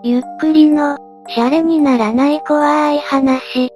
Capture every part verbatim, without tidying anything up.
ゆっくりの、シャレにならない怖い話。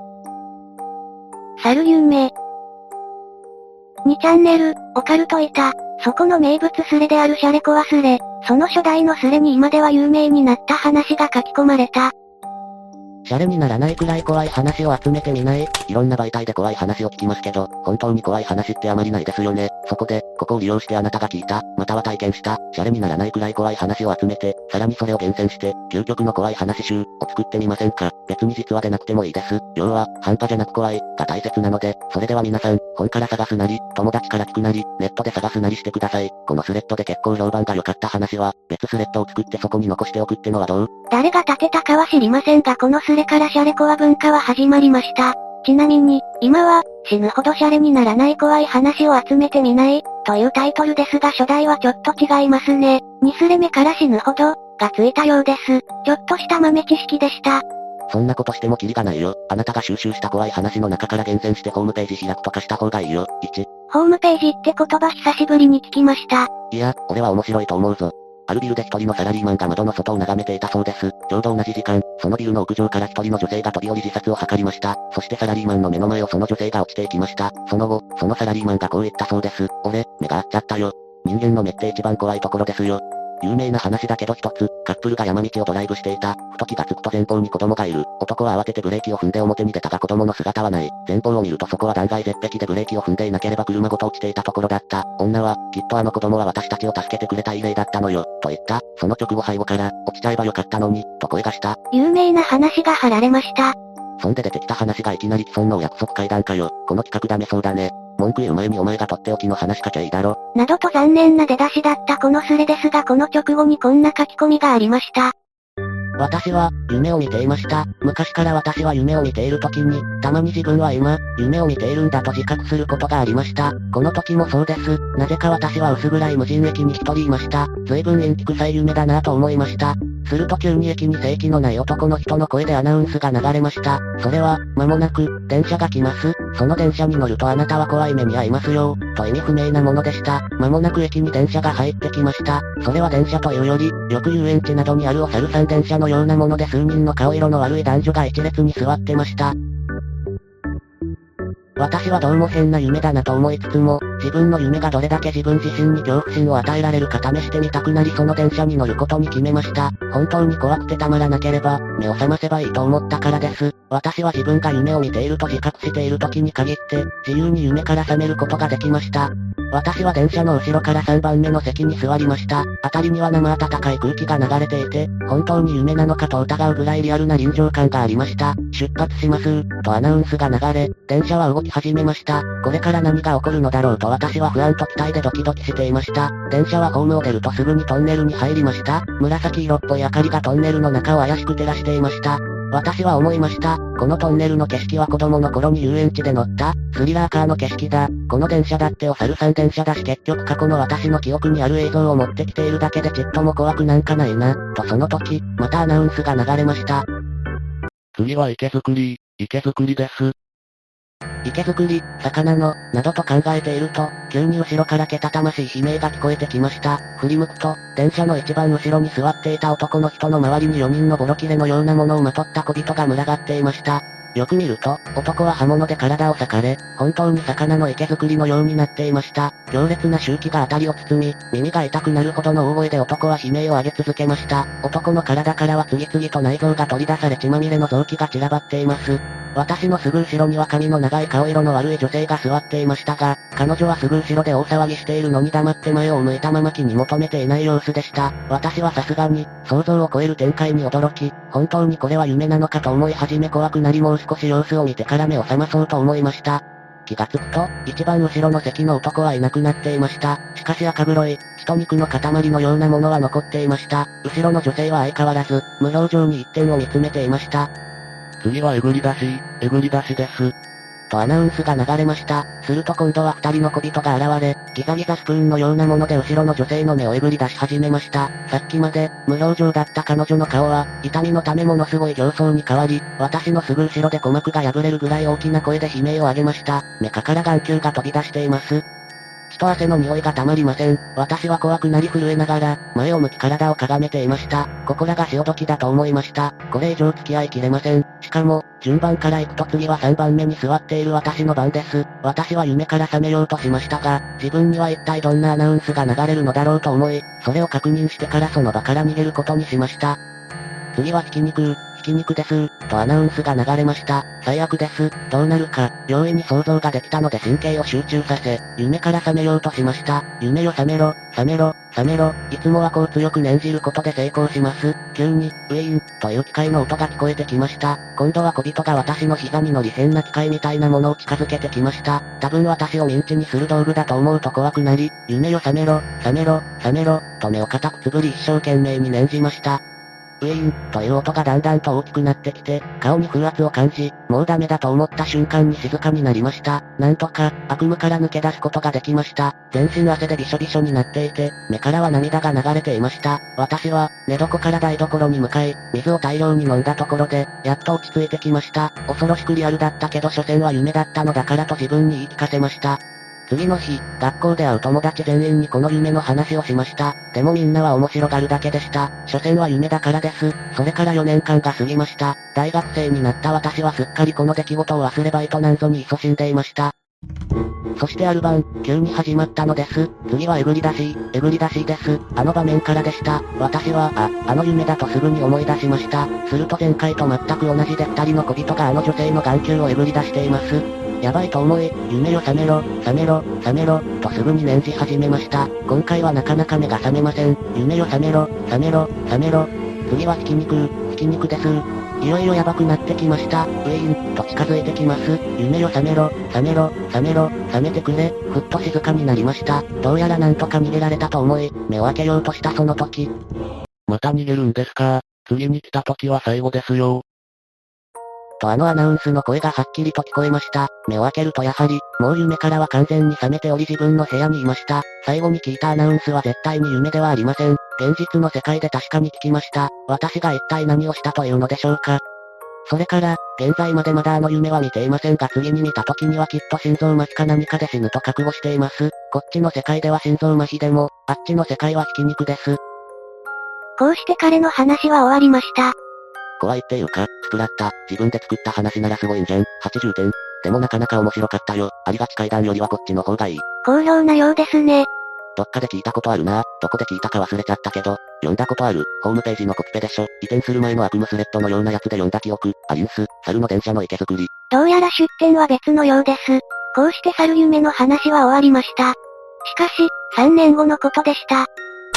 猿有名。にチャンネル、オカルトいた。そこの名物スレであるシャレコアスレ。その初代のスレに今では有名になった話が書き込まれた。 シャレにならないくらい怖い話を集めてみない？いろんな媒体で怖い話を聞きますけど、本当に怖い話ってあまりないですよね。そこで、ここを利用してあなたが聞いた、または体験した、シャレにならないくらい怖い話を集めて、さらにそれを厳選して、究極の怖い話集を作ってみませんか？別に実話でなくてもいいです。要は、半端じゃなく怖い、が大切なので、それでは皆さん、本から探すなり、友達から聞くなり、ネットで探すなりしてください。このスレッドで結構評判が良かった話は、別スレッドを作ってそこに残しておくってのはどう？ 誰が立てたかは知りませんがこのスレからシャレコア文化は始まりました。ちなみに、今は、死ぬほどシャレにならない怖い話を集めてみない、というタイトルですが初代はちょっと違いますね。にスレ目から死ぬほど、がついたようです。ちょっとした豆知識でした。 そんなことしてもキリがないよ。あなたが収集した怖い話の中から厳選してホームページ開くとかした方がいいよ。いち、 ホームページって言葉久しぶりに聞きました。 いや、俺は面白いと思うぞ。あるビルで一人のサラリーマンが窓の外を眺めていたそうです。ちょうど同じ時間、そのビルの屋上から一人の女性が飛び降り自殺を図りました。そしてサラリーマンの目の前をその女性が落ちていきました。その後、そのサラリーマンがこう言ったそうです。俺、目が合っちゃったよ。人間の目って一番怖いところですよ。有名な話だけど一つ、カップルが山道をドライブしていた。ふと気がつくと前方に子供がいる。男は慌ててブレーキを踏んで表に出たが子供の姿はない。前方を見るとそこは断崖絶壁でブレーキを踏んでいなければ車ごと落ちていたところだった。女は、きっとあの子供は私たちを助けてくれた異例だったのよ、と言った。その直後背後から、落ちちゃえばよかったのに、と声がした。 有名な話が貼られました。 そんで出てきた話がいきなり既存のお約束会談かよ。この企画ダメそうだね。文句言う前にお前がとっておきの話かきゃいいだろ。 などと残念な出だしだったこのスレですがこの直後にこんな書き込みがありました。 私は、夢を見ていました。昔から私は夢を見ている時に、たまに自分は今、夢を見ているんだと自覚することがありました。この時もそうです。なぜか私は薄暗い無人駅に一人いました。随分陰気臭い夢だなぁと思いました。すると急に駅に正気のない男の人の声でアナウンスが流れました。それは、間もなく、電車が来ます。その電車に乗るとあなたは怖い目に遭いますよ。と意味不明なものでした。間もなく駅に電車が入ってきました。それは電車というより、よく遊園地などにあるお猿さん電車のようなもので数人の顔色の悪い男女が一列に座ってました。私はどうも変な夢だなと思いつつも、自分の夢がどれだけ自分自身に恐怖心を与えられるか試してみたくなりその電車に乗ることに決めました。本当に怖くてたまらなければ、目を覚ませばいいと思ったからです。私は自分が夢を見ていると自覚している時に限って、自由に夢から覚めることができました。私は電車の後ろからさんばんめの席に座りました。辺りには生暖かい空気が流れていて、本当に夢なのかと疑うぐらいリアルな臨場感がありました。出発しますー、とアナウンスが流れ、電車は動き始めました。これから何が起こるのだろうと私は不安と期待でドキドキしていました。電車はホームを出るとすぐにトンネルに入りました。紫色っぽい明かりがトンネルの中を怪しく照らしていました。私は思いました。このトンネルの景色は子供の頃に遊園地で乗った、スリラーカーの景色だ。この電車だってお猿さん電車だし結局過去の私の記憶にある映像を持ってきているだけでちっとも怖くなんかないな。とその時、またアナウンスが流れました。 次は池作り、池作りです。 池作り、魚の、などと考えていると、急に後ろからけたたましい悲鳴が聞こえてきました。振り向くと、電車の一番後ろに座っていた男の人の周りによにんのボロ切れのようなものをまとった小人が群がっていました。よく見ると、男は刃物で体を裂かれ、本当に魚の池作りのようになっていました。強烈な臭気が辺りを包み、耳が痛くなるほどの大声で男は悲鳴を上げ続けました。男の体からは次々と内臓が取り出され血まみれの臓器が散らばっています。私のすぐ後ろには髪の長い顔色の悪い女性が座っていましたが、彼女はすぐ後ろで大騒ぎしているのに黙って前を向いたまま気に求めていない様子でした。私はさすがに、想像を超える展開に驚き、本当にこれは夢なのかと思い始め怖くなりもう少し様子を見てから目を覚まそうと思いました。気がつくと、一番後ろの席の男はいなくなっていました。しかし赤黒い、血と肉の塊のようなものは残っていました。後ろの女性は相変わらず、無表情に一点を見つめていました。 次はえぐり出し、えぐり出しです。 とアナウンスが流れました。すると今度は二人の小人が現れ、ギザギザスプーンのようなもので後ろの女性の目をえぐり出し始めました。さっきまで、無表情だった彼女の顔は、痛みのためものすごい形相に変わり、私のすぐ後ろで鼓膜が破れるぐらい大きな声で悲鳴を上げました。目から眼球が飛び出しています。 血と汗の匂いがたまりません。私は怖くなり震えながら、前を向き体をかがめていました。ここらが潮時だと思いました。これ以上付き合いきれません。しかも、順番から行くと次はさんばんめに座っている私の番です。私は夢から覚めようとしましたが、自分には一体どんなアナウンスが流れるのだろうと思い、それを確認してからその場から逃げることにしました。次はひき肉、ひき肉ですー、とアナウンスが流れました。最悪です。どうなるか、容易に想像ができたので神経を集中させ、夢から覚めようとしました。夢よ覚めろ、覚めろ、覚めろ、いつもはこう強く念じることで成功します。急に、ウィーン、という機械の音が聞こえてきました。今度は小人が私の膝に乗り変な機械みたいなものを近づけてきました。多分私をミンチにする道具だと思うと怖くなり、夢よ覚めろ、覚めろ、覚めろ、と目を固くつぶり一生懸命に念じました。ウィーン、という音がだんだんと大きくなってきて、顔に風圧を感じ、もうダメだと思った瞬間に静かになりました。なんとか、悪夢から抜け出すことができました。全身汗でびしょびしょになっていて、目からは涙が流れていました。私は、寝床から台所に向かい、水を大量に飲んだところで、やっと落ち着いてきました。恐ろしくリアルだったけど所詮は夢だったのだからと自分に言い聞かせました。次の日、学校で会う友達全員にこの夢の話をしました。でもみんなは面白がるだけでした。所詮は夢だからです。それからよねんかんが過ぎました。大学生になった私はすっかりこの出来事を忘れバイトなんぞに勤しんでいました。そしてある晩、急に始まったのです。次はえぐり出し、えぐり出しです。あの場面からでした。私は、あ、あの夢だとすぐに思い出しました。すると前回と全く同じで二人の小人があの女性の眼球をえぐり出しています。やばいと思い、夢よ覚めろ、覚めろ、覚めろ、とすぐに念じ始めました。今回はなかなか目が覚めません。夢よ覚めろ、覚めろ、覚めろ。次はひき肉、ひき肉です。いよいよやばくなってきました。ウィーン、と近づいてきます。夢よ覚めろ、覚めろ、覚めろ、覚めてくれ。ふっと静かになりました。どうやらなんとか逃げられたと思い、目を開けようとしたその時。 また逃げるんですか？次に来た時は最後ですよ。 とあのアナウンスの声がはっきりと聞こえました。目を開けるとやはり、もう夢からは完全に覚めており自分の部屋にいました。最後に聞いたアナウンスは絶対に夢ではありません。現実の世界で確かに聞きました。私が一体何をしたというのでしょうか。それから、現在までまだあの夢は見ていませんが次に見た時にはきっと心臓麻痺か何かで死ぬと覚悟しています。こっちの世界では心臓麻痺でも、あっちの世界はひき肉です。 こうして彼の話は終わりました。 怖いっていうか、スプラッタ、自分で作った話ならすごいんじゃん。はちじゅってん。でもなかなか面白かったよ。ありがち階段よりはこっちの方がいい。 好評なようですね。 どっかで聞いたことあるな。どこで聞いたか忘れちゃったけど、読んだことある。ホームページのコピペでしょ。移転する前の悪夢スレッドのようなやつで読んだ記憶。アリンス、猿の電車の池作り。 どうやら出典は別のようです。こうして猿夢の話は終わりました。しかし、さんねんごのことでした。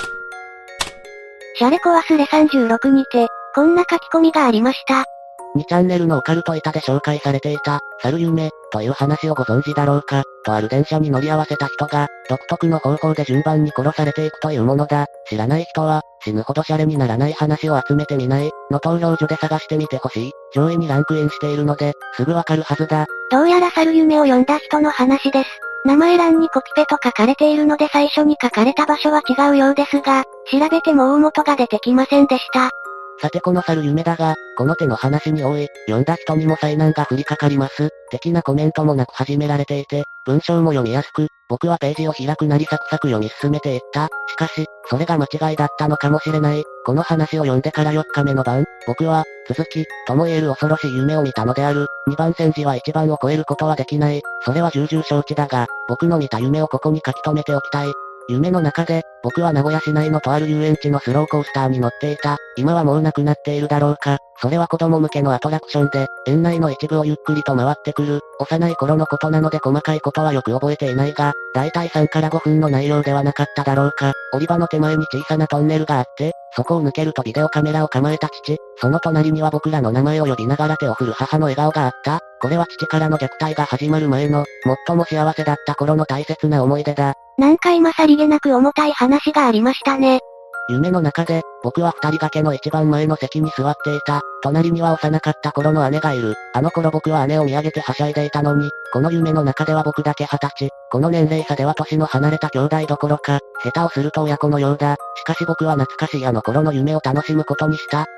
シャレコ忘れさんじゅうろくにて、こんな書き込みがありました。 にチャンネルのオカルト板で紹介されていた、猿夢、という話をご存知だろうか、とある電車に乗り合わせた人が、独特の方法で順番に殺されていくというものだ。知らない人は、死ぬほどシャレにならない話を集めてみない、の投票所で探してみてほしい。上位にランクインしているので、すぐわかるはずだ。 どうやら猿夢を読んだ人の話です。名前欄にコピペと書かれているので最初に書かれた場所は違うようですが、調べても大元が出てきませんでした。 さてこの猿夢だが、この手の話に多い、読んだ人にも災難が降りかかります。的なコメントもなく始められていて、文章も読みやすく、僕はページを開くなりサクサク読み進めていった。しかし、それが間違いだったのかもしれない。この話を読んでからよっかめの晩、僕は、続き、とも言える恐ろしい夢を見たのである。にばん煎じはいちばんを超えることはできない。それは重々承知だが、僕の見た夢をここに書き留めておきたい。夢の中で、僕は名古屋市内のとある遊園地のスローコースターに乗っていた。今はもうなくなっているだろうか。それは子供向けのアトラクションで、園内の一部をゆっくりと回ってくる。幼い頃のことなので細かいことはよく覚えていないが、だいたいさんからごふんの内容ではなかっただろうか。降り場の手前に小さなトンネルがあって、そこを抜けるとビデオカメラを構えた父。その隣には僕らの名前を呼びながら手を振る母の笑顔があった。これは父からの虐待が始まる前の、最も幸せだった頃の大切な思い出だ。 なんか今さりげなく重たい話がありましたね。 夢の中で、僕は二人掛けの一番前の席に座っていた。隣には幼かった頃の姉がいる。あの頃僕は姉を見上げてはしゃいでいたのに、この夢の中では僕だけ二十歳。この年齢差では年の離れた兄弟どころか、下手をすると親子のようだ。しかし僕は懐かしいあの頃の夢を楽しむことにした。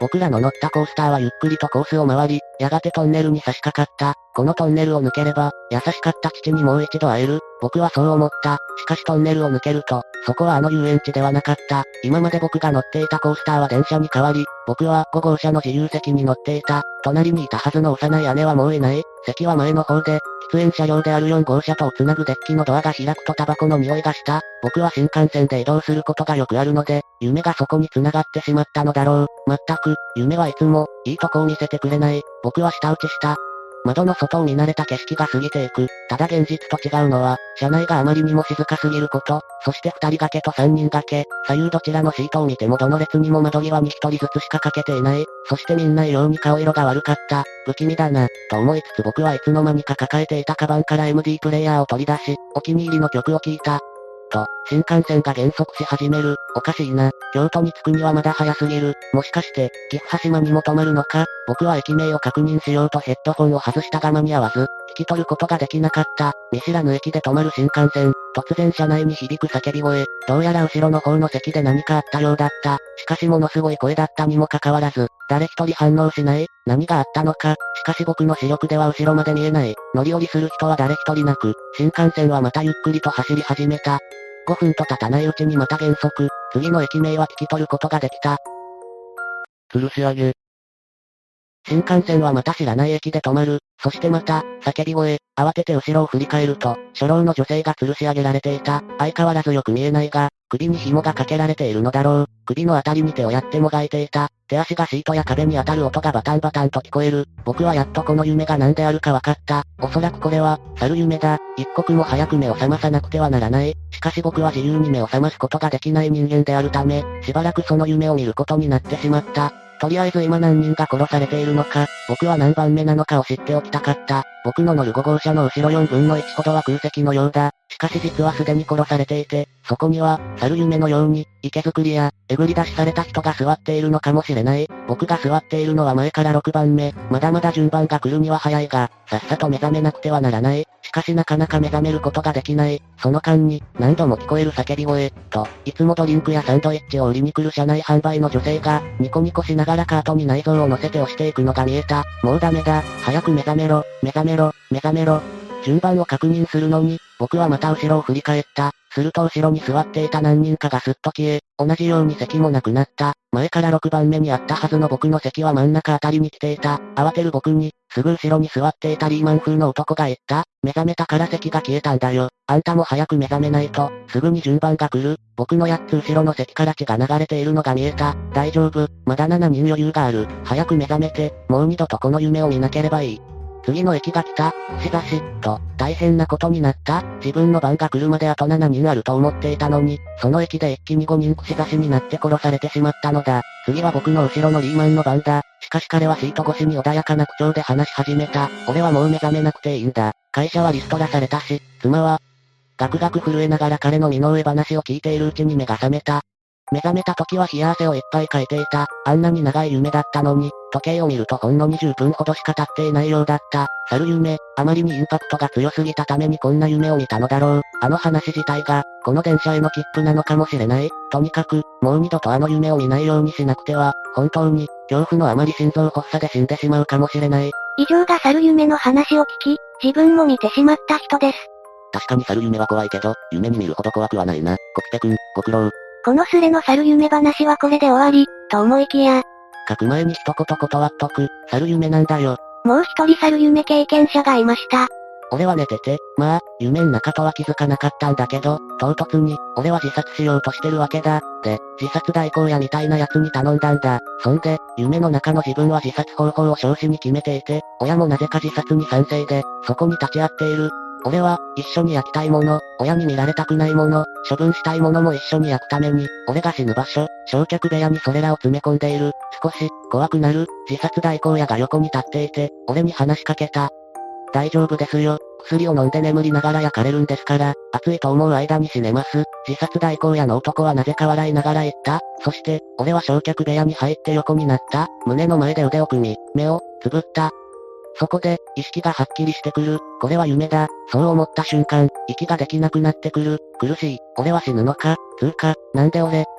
僕らの乗ったコースターはゆっくりとコースを回り、やがてトンネルに差し掛かった。このトンネルを抜ければ、優しかった父にもう一度会える。僕はそう思った。しかしトンネルを抜けると、そこはあの遊園地ではなかった。今まで僕が乗っていたコースターは電車に変わり、僕はご号車の自由席に乗っていた。隣にいたはずの幼い姉はもういない。席は前の方で、喫煙車両であるよん号車とをつなぐデッキのドアが開くとタバコの匂いがした。僕は新幹線で移動することがよくあるので、夢がそこに繋がってしまったのだろう。まったく、夢はいつも、いいとこを見せてくれない。僕は舌打ちした。窓の外を見慣れた景色が過ぎていく。ただ現実と違うのは、車内があまりにも静かすぎること、そして二人掛けと三人掛け、左右どちらのシートを見てもどの列にも窓際に一人ずつしかかけていない。そしてみんな異様に顔色が悪かった。不気味だな、と思いつつ僕はいつの間にか抱えていたカバンから エムディー プレイヤーを取り出し、お気に入りの曲を聴いた。と、新幹線が減速し始める。おかしいな。京都に着くにはまだ早すぎる。もしかして、岐阜羽島にも止まるのか？僕は駅名を確認しようとヘッドフォンを外したが間に合わず、聞き取ることができなかった。見知らぬ駅で止まる新幹線。突然車内に響く叫び声。どうやら後ろの方の席で何かあったようだった。しかしものすごい声だったにもかかわらず、誰一人反応しない。何があったのか。しかし僕の視力では後ろまで見えない。乗り降りする人は誰一人なく、新幹線はまたゆっくりと走り始めた。ごふんと経たないうちにまた減速。次の駅名は聞き取ることができた。 吊るし上げ。 新幹線はまた知らない駅で止まる。そしてまた、叫び声。慌てて後ろを振り返ると、初老の女性が吊るし上げられていた。相変わらずよく見えないが、首に紐がかけられているのだろう。首のあたりに手をやってもがいていた。手足がシートや壁に当たる音がバタンバタンと聞こえる。僕はやっとこの夢が何であるか分かった。おそらくこれは、去る夢だ。一刻も早く目を覚まさなくてはならない。しかし僕は自由に目を覚ますことができない人間であるため、しばらくその夢を見ることになってしまった。とりあえず今何人が殺されているのか、僕は何番目なのかを知っておきたかった。僕の乗るご号車の後ろよんぶんのいちほどは空席のようだ。しかし実はすでに殺されていて、そこには、去る夢のように、池作りや、えぐり出しされた人が座っているのかもしれない。僕が座っているのは前からろくばんめ。まだまだ順番が来るには早いが、さっさと目覚めなくてはならない。しかしなかなか目覚めることができない。その間に、何度も聞こえる叫び声、と、いつもドリンクやサンドイッチを売りに来る車内販売の女性が、ニコニコしながらカートに内臓を乗せて押していくのが見えた。もうダメだ。早く目覚めろ、目覚めろ、目覚めろ。順番を確認するのに、僕はまた後ろを振り返った。すると後ろに座っていた何人かがすっと消え、同じように席もなくなった。前からろくばんめにあったはずの僕の席は真ん中あたりに来ていた。慌てる僕に、すぐ後ろに座っていたリーマン風の男が言った。目覚めたから席が消えたんだよ。あんたも早く目覚めないと、すぐに順番が来る。僕のやっつ後ろの席から血が流れているのが見えた。大丈夫、まだななにん余裕がある。早く目覚めて、もう二度とこの夢を見なければいい。次の駅が来た、串刺し、と、大変なことになった。自分の番が来るまであとななにんあると思っていたのに、その駅で一気にごにん串刺しになって殺されてしまったのだ。次は僕の後ろのリーマンの番だ。しかし彼はシート越しに穏やかな口調で話し始めた。俺はもう目覚めなくていいんだ。会社はリストラされたし、妻は、ガクガク震えながら彼の身の上話を聞いているうちに目が覚めた。目覚めた時は冷や汗をいっぱいかいていた。あんなに長い夢だったのに、時計を見るとほんのにじゅっぷんほどしか経っていないようだった。去る夢、あまりにインパクトが強すぎたためにこんな夢を見たのだろう。あの話自体が、この電車への切符なのかもしれない。とにかく、もう二度とあの夢を見ないようにしなくては、本当に、恐怖のあまり心臓発作で死んでしまうかもしれない。 以上が去る夢の話を聞き、自分も見てしまった人です。 確かに去る夢は怖いけど、夢に見るほど怖くはないな。コピペくん、ご苦労。 このスレの去る夢話はこれで終わり、と思いきや。 書く前に一言断っとく、去る夢なんだよ。 もう一人去る夢経験者がいました。 俺は寝てて、まあ、夢ん中とは気づかなかったんだけど、唐突に、俺は自殺しようとしてるわけだ。で、自殺代行屋みたいな奴に頼んだんだ。そんで、夢の中の自分は自殺方法を少子に決めていて、親もなぜか自殺に賛成で、そこに立ち会っている。俺は、一緒に焼きたいもの、親に見られたくないもの、処分したいものも一緒に焼くために、俺が死ぬ場所、焼却部屋にそれらを詰め込んでいる。少し、怖くなる、自殺代行屋が横に立っていて、俺に話しかけた。大丈夫ですよ。薬を飲んで眠りながら焼かれるんですから、暑いと思う間に死ねます。自殺代行屋の男はなぜか笑いながら言った。そして、俺は焼却部屋に入って横になった。胸の前で腕を組み、目を、つぶった。そこで、意識がはっきりしてくる。これは夢だ。そう思った瞬間、息ができなくなってくる。苦しい。俺は死ぬのかつうか、なんで俺、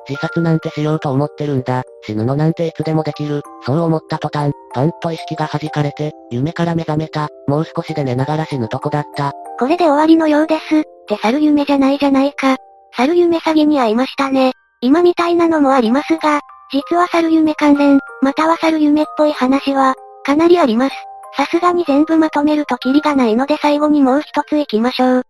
自殺なんてしようと思ってるんだ。死ぬのなんていつでもできる。そう思った途端、パンと意識が弾かれて、夢から目覚めた。もう少しで寝ながら死ぬとこだった。 これで終わりのようです。って猿夢じゃないじゃないか。猿夢詐欺に遭いましたね。今みたいなのもありますが、実は猿夢関連、または猿夢っぽい話は、かなりあります。さすがに全部まとめるとキリがないので最後にもう一つ行きましょう。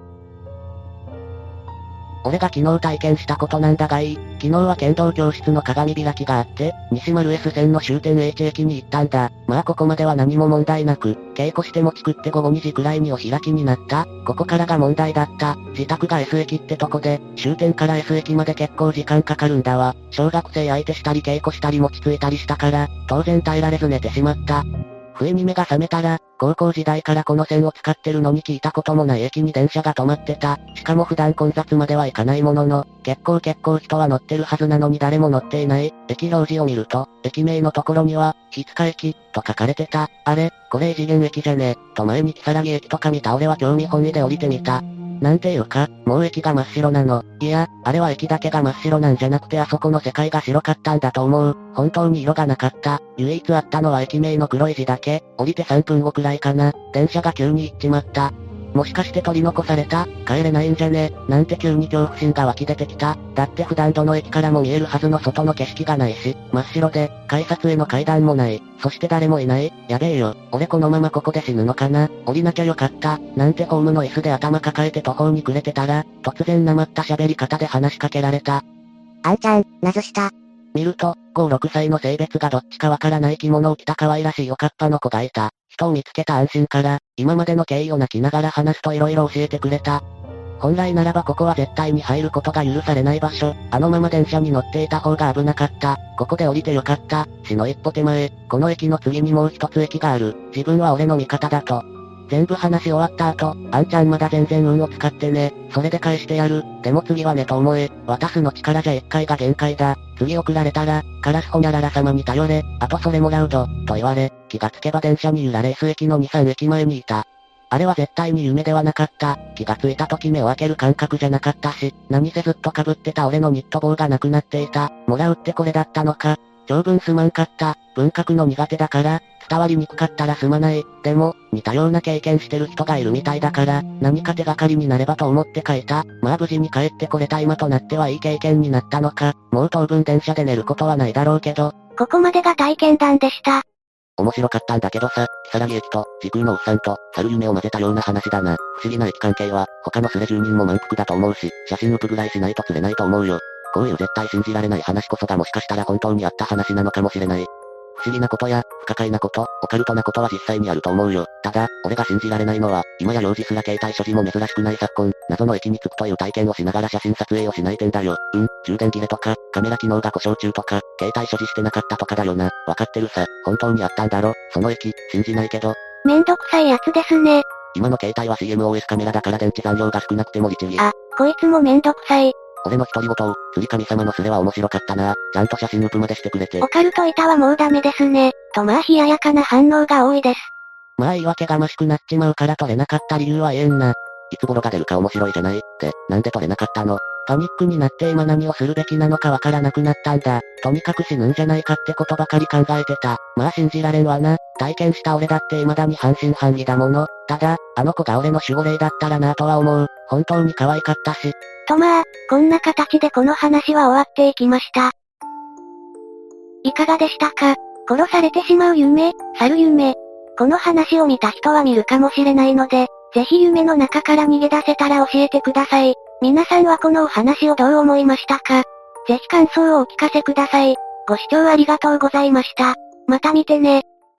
俺が昨日体験したことなんだがいい。昨日は剣道教室の鏡開きがあって、西丸 S 線の終点 H 駅に行ったんだ。まあここまでは何も問題なく、稽古して餅食って午後にじくらいにお開きになった。ここからが問題だった。自宅が S 駅ってとこで、終点から S 駅まで結構時間かかるんだわ。小学生相手したり稽古したり餅ついたりしたから、当然耐えられず寝てしまった。不意に目が覚めたら、高校時代からこの線を使ってるのに聞いたこともない駅に電車が止まってた。しかも普段混雑までは行かないものの、結構結構人は乗ってるはずなのに誰も乗っていない。駅表示を見ると、駅名のところには、日塚駅、と書かれてた。あれ、これ異次元駅じゃね。と前に木更木駅とか見た俺は興味本位で降りてみた。なんていうか、もう駅が真っ白なの。いや、あれは駅だけが真っ白なんじゃなくてあそこの世界が白かったんだと思う。本当に色がなかった。唯一あったのは駅名の黒い字だけ。降りてさんぷんごくらいかな。電車が急に行っちまった。もしかして取り残された？帰れないんじゃね？なんて急に恐怖心が湧き出てきた。だって普段どの駅からも見えるはずの外の景色がないし、真っ白で、改札への階段もない。そして誰もいない。やべえよ。俺このままここで死ぬのかな？降りなきゃよかった。なんてホームの椅子で頭抱えて途方に暮れてたら、突然なまった喋り方で話しかけられた。 あんちゃん、謎した。 見ると、ご、ろくさいの性別がどっちかわからない着物を着た可愛らしいおかっぱの子がいた。人を見つけた安心から、今までの経緯を泣きながら話すと色々教えてくれた。本来ならばここは絶対に入ることが許されない場所。あのまま電車に乗っていた方が危なかった。ここで降りてよかった。死の一歩手前。この駅の次にもう一つ駅がある。自分は俺の味方だと。全部話し終わった後、あんちゃんまだ全然運を使ってね。それで返してやる。でも次はねと思え。渡すの力じゃ一回が限界だ。次送られたら、カラスホニャララ様に頼れ。あとそれもらうぞ。と言われ、気がつけば電車に揺られ S 駅のに、さん駅前にいた。あれは絶対に夢ではなかった。気がついた時目を開ける感覚じゃなかったし、何せずっと被ってた俺のニット帽がなくなっていた。もらうってこれだったのか。長文すまんかった。文学の苦手だから、伝わりにくかったらすまない。でも、似たような経験してる人がいるみたいだから、何か手がかりになればと思って書いた。まあ無事に帰ってこれた今となってはいい経験になったのか。もう当分電車で寝ることはないだろうけど。 ここまでが体験談でした。 面白かったんだけどさ、木更木駅と、時空のおっさんと、猿夢を混ぜたような話だな。不思議な駅関係は、他のスレ住人も満腹だと思うし、写真ウプぐらいしないと釣れないと思うよ。こういう絶対信じられない話こそがもしかしたら本当にあった話なのかもしれない。不思議なことや、不可解なこと、オカルトなことは実際にあると思うよ。ただ、俺が信じられないのは、今や幼児すら携帯所持も珍しくない昨今、謎の駅に着くという体験をしながら写真撮影をしない点だよ。うん、充電切れとか、カメラ機能が故障中とか、携帯所持してなかったとかだよな。わかってるさ。本当にあったんだろ。その駅、信じないけど。 めんどくさいやつですね。 今の携帯は シーエムオーエス カメラだから電池残量が少なくても律儀。 あ、こいつもめんどくさい。 俺の独り言を、釣り神様のスレは面白かったな。ちゃんと写真ウプまでしてくれて。 オカルト板はもうダメですね。とまあ冷ややかな反応が多いです。 まあ言い訳がましくなっちまうから撮れなかった理由は言えんな。いつ頃が出るか面白いじゃないって、なんで撮れなかったの？パニックになって今何をするべきなのかわからなくなったんだ。とにかく死ぬんじゃないかってことばかり考えてた。まあ信じられんわな。体験した俺だって未だに半信半疑だもの。ただ、あの子が俺の守護霊だったらなぁとは思う。本当に可愛かったし。 とまあ、こんな形でこの話は終わっていきました。いかがでしたか？殺されてしまう夢、猿夢。この話を見た人は見るかもしれないので、ぜひ夢の中から逃げ出せたら教えてください。皆さんはこのお話をどう思いましたか？ぜひ感想をお聞かせください。ご視聴ありがとうございました。また見てね。